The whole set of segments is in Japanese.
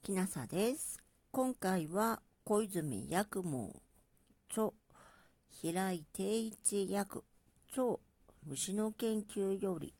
きなさです。今回は小泉八雲著平井定一訳著虫の研究より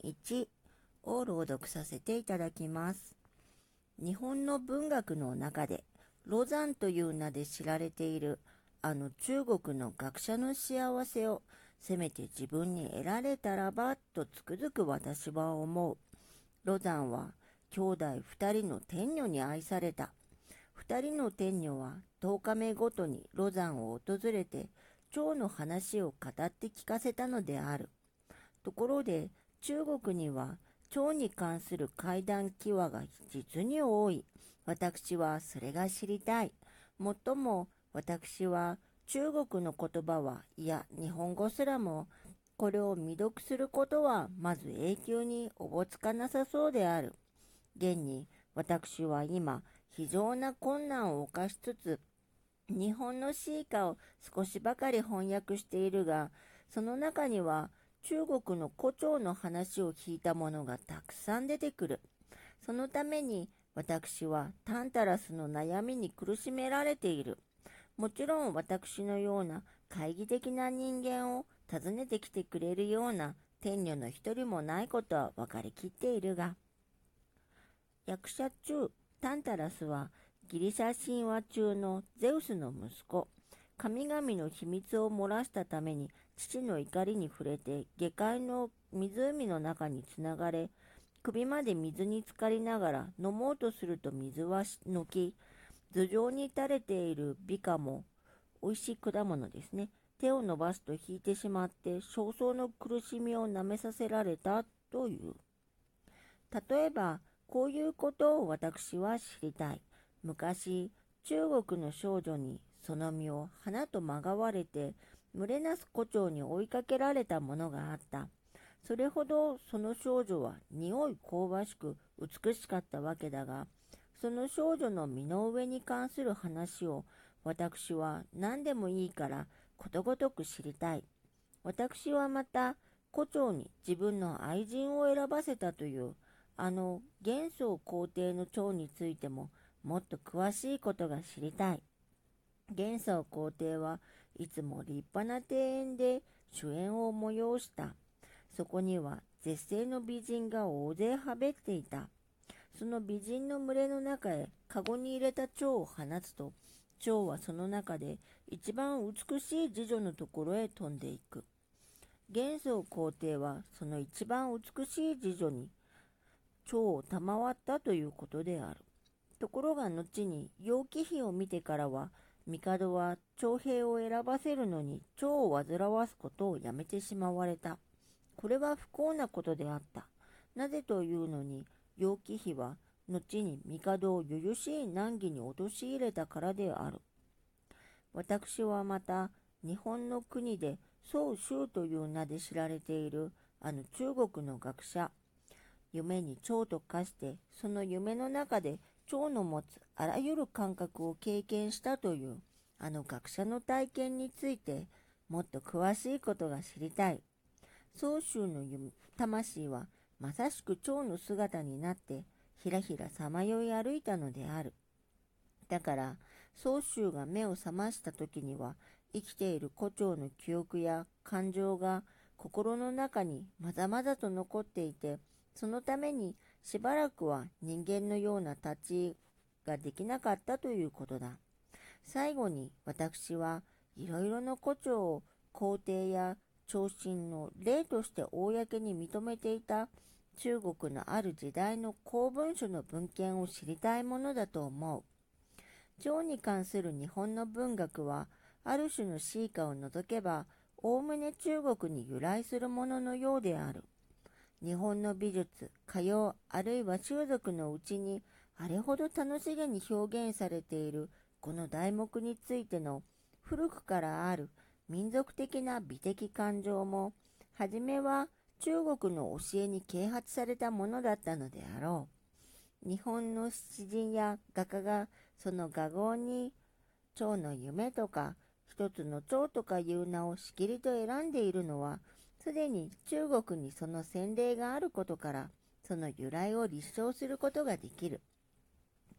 1を朗読させていただきます。日本の文学の中でロザンという名で知られているあの中国の学者の幸せをせめて自分に得られたらばとつくづく私は思う。ロザンは兄弟2人の天女に愛された。2人の天女は10日目ごとにロザンを訪れて蝶の話を語って聞かせたのである。ところで中国には蝶に関する怪談秘話が実に多い。私はそれが知りたい。もっとも私は中国の言葉はいや日本語すらもこれを未読することはまず永久におぼつかなさそうである。現に私は今非常な困難を冒しつつ日本の詩歌を少しばかり翻訳しているが、その中には中国の胡蝶の話を聞いたものがたくさん出てくる。そのために私はタンタラスの悩みに苦しめられている。もちろん私のような懐疑的な人間を訪ねてきてくれるような天女の一人もないことは分かりきっているが、役者中タンタラスはギリシャ神話中のゼウスの息子、神々の秘密を漏らしたために父の怒りに触れて下界の湖の中につながれ、首まで水に浸かりながら飲もうとすると水は抜き、頭上に垂れている美花も美味しい果物ですね、手を伸ばすと引いてしまって焦燥の苦しみをなめさせられたという。例えばこういうことを私は知りたい。昔中国の少女にその身を花とまがわれて群れなす胡蝶に追いかけられたものがあった。それほどその少女は匂い香ばしく美しかったわけだが、その少女の身の上に関する話を私は何でもいいからことごとく知りたい。私はまた胡蝶に自分の愛人を選ばせたというあの幻想皇帝の蝶についてももっと詳しいことが知りたい。幻想皇帝はいつも立派な庭園で主演を催した。そこには絶世の美人が大勢はべっていた。その美人の群れの中へカゴに入れた蝶を放つと、蝶はその中で一番美しい侍女のところへ飛んでいく。幻想皇帝はその一番美しい侍女に蝶を賜ったということである。ところが後に楊貴妃を見てからは、帝は徴兵を選ばせるのに蝶を煩わすことをやめてしまわれた。これは不幸なことであった。なぜというのに、楊貴妃は後に帝を由々しい難儀に陥れたからである。私はまた日本の国で宗周という名で知られているあの中国の学者、夢に蝶と化してその夢の中で蝶の持つあらゆる感覚を経験したというあの学者の体験についてもっと詳しいことが知りたい。宗州の魂はまさしく蝶の姿になってひらひらさまよい歩いたのである。だから宗州が目を覚ました時には生きている胡蝶の記憶や感情が心の中にまざまざと残っていて、そのためにしばらくは人間のような立ちができなかったということだ。最後に私はいろいろな胡蝶を皇帝や長身の例として公に認めていた中国のある時代の公文書の文献を知りたいものだと思う。蝶に関する日本の文学はある種の詩歌を除けばおおむね中国に由来するもののようである。日本の美術、歌謡あるいは習俗のうちにあれほど楽しげに表現されているこの題目についての古くからある民族的な美的感情もはじめは中国の教えに啓発されたものだったのであろう。日本の詩人や画家がその画号に蝶の夢とか一つの蝶とかいう名をしきりと選んでいるのはすでに中国にその先例があることからその由来を立証することができる。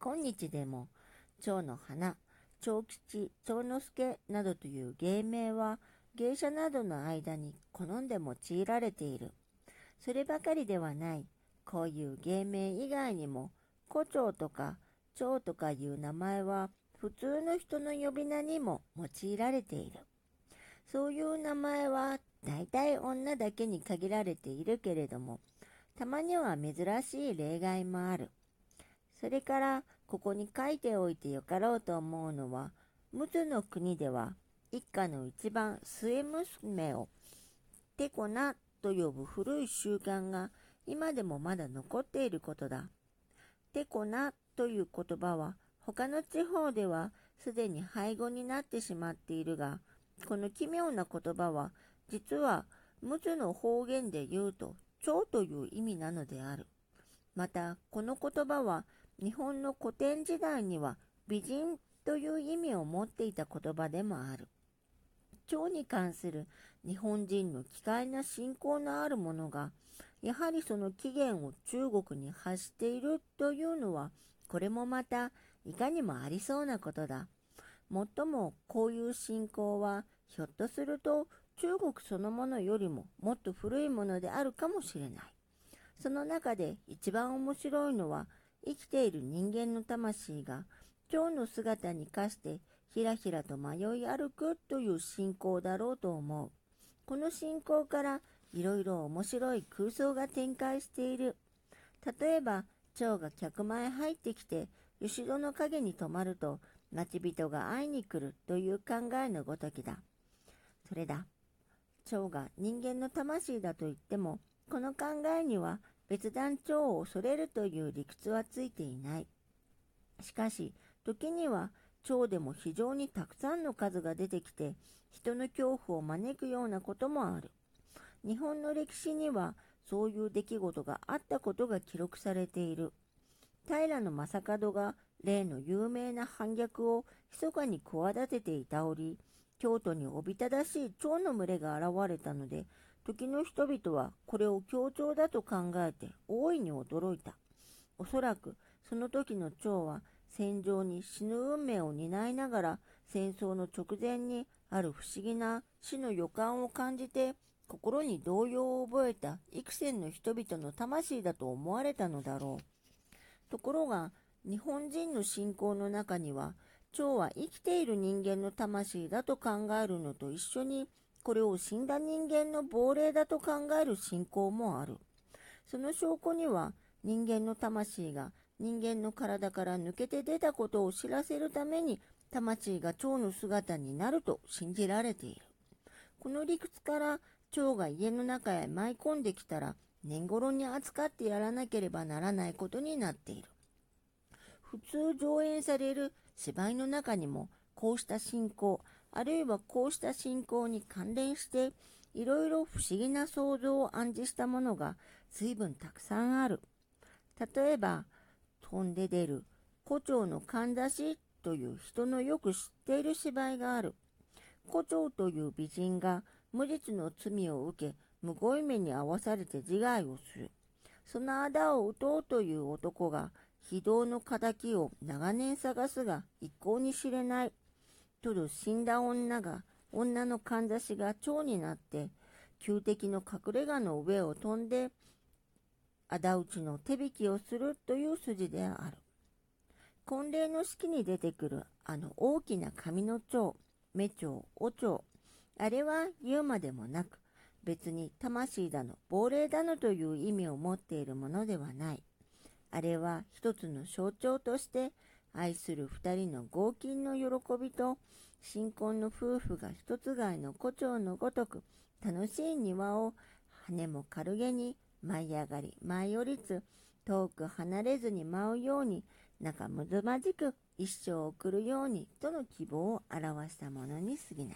今日でも蝶の花、蝶吉、蝶之助などという芸名は芸者などの間に好んで用いられている。そればかりではない。こういう芸名以外にも胡蝶とか蝶とかいう名前は普通の人の呼び名にも用いられている。そういう名前は大体女だけに限られているけれども、たまには珍しい例外もある。それからここに書いておいてよかろうと思うのは、陸奥の国では一家の一番末娘をてこなと呼ぶ古い習慣が今でもまだ残っていることだ。てこなという言葉は他の地方ではすでに廃語になってしまっているが、この奇妙な言葉は実は陸奥の方言で言うと蝶という意味なのである。またこの言葉は日本の古典時代には美人という意味を持っていた言葉でもある。蝶に関する日本人の奇怪な信仰のあるものが、やはりその起源を中国に発しているというのは、これもまたいかにもありそうなことだ。もっともこういう信仰は、ひょっとすると中国そのものよりももっと古いものであるかもしれない。その中で一番面白いのは、生きている人間の魂が蝶の姿に化してひらひらと迷い歩くという信仰だろうと思う。この信仰からいろいろ面白い空想が展開している。例えば、蝶が客前入ってきて、後ろの影に止まると、待ち人が会いに来るという考えのごときだ。それだ。蝶が人間の魂だと言っても、この考えには別段蝶を恐れるという理屈はついていない。しかし、時には蝶でも非常にたくさんの数が出てきて、人の恐怖を招くようなこともある。日本の歴史にはそういう出来事があったことが記録されている。平将門が例の有名な反逆を密かに企てていた折、京都におびただしい蝶の群れが現れたので、時の人々はこれを狂鳥だと考えて大いに驚いた。おそらくその時の蝶は戦場に死ぬ運命を担いながら、戦争の直前にある不思議な死の予感を感じて心に動揺を覚えた幾千の人々の魂だと思われたのだろう。ところが日本人の信仰の中には、蝶は生きている人間の魂だと考えるのと一緒に、これを死んだ人間の亡霊だと考える信仰もある。その証拠には、人間の魂が人間の体から抜けて出たことを知らせるために、魂が蝶の姿になると信じられている。この理屈から、蝶が家の中へ舞い込んできたら、年頃に扱ってやらなければならないことになっている。普通上演される芝居の中にも、こうした信仰、あるいはこうした信仰に関連して、いろいろ不思議な想像を暗示したものが随分たくさんある。例えば、飛んで出る胡蝶のかんざしという人のよく知っている芝居がある。胡蝶という美人が無実の罪を受け、むごい目に遭わされて自害をする。その仇を討とうという男が、非道の仇を長年探すが一向に知れない。とる死んだ女のかんざしが蝶になって、旧敵の隠れ家の上を飛んで、仇討ちの手引きをするという筋である。婚礼の式に出てくるあの大きな紙の蝶、目蝶、お蝶、あれは言うまでもなく、別に魂だの亡霊だのという意味を持っているものではない。あれは一つの象徴として、愛する二人の合金の喜びと新婚の夫婦が一つ買いの胡蝶のごとく楽しい庭を羽も軽げに舞い上がり舞い降りつ、遠く離れずに舞うように仲睦まじく一生を送るようにとの希望を表したものに過ぎない。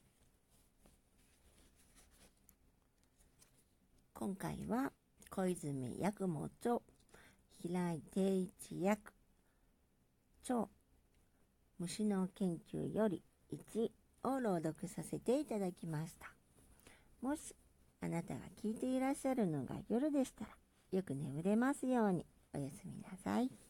今回は小泉八雲著、平井定一役、蝶虫の研究より1を朗読させていただきました。もしあなたが聞いていらっしゃるのが夜でしたら、よく眠れますように。おやすみなさい。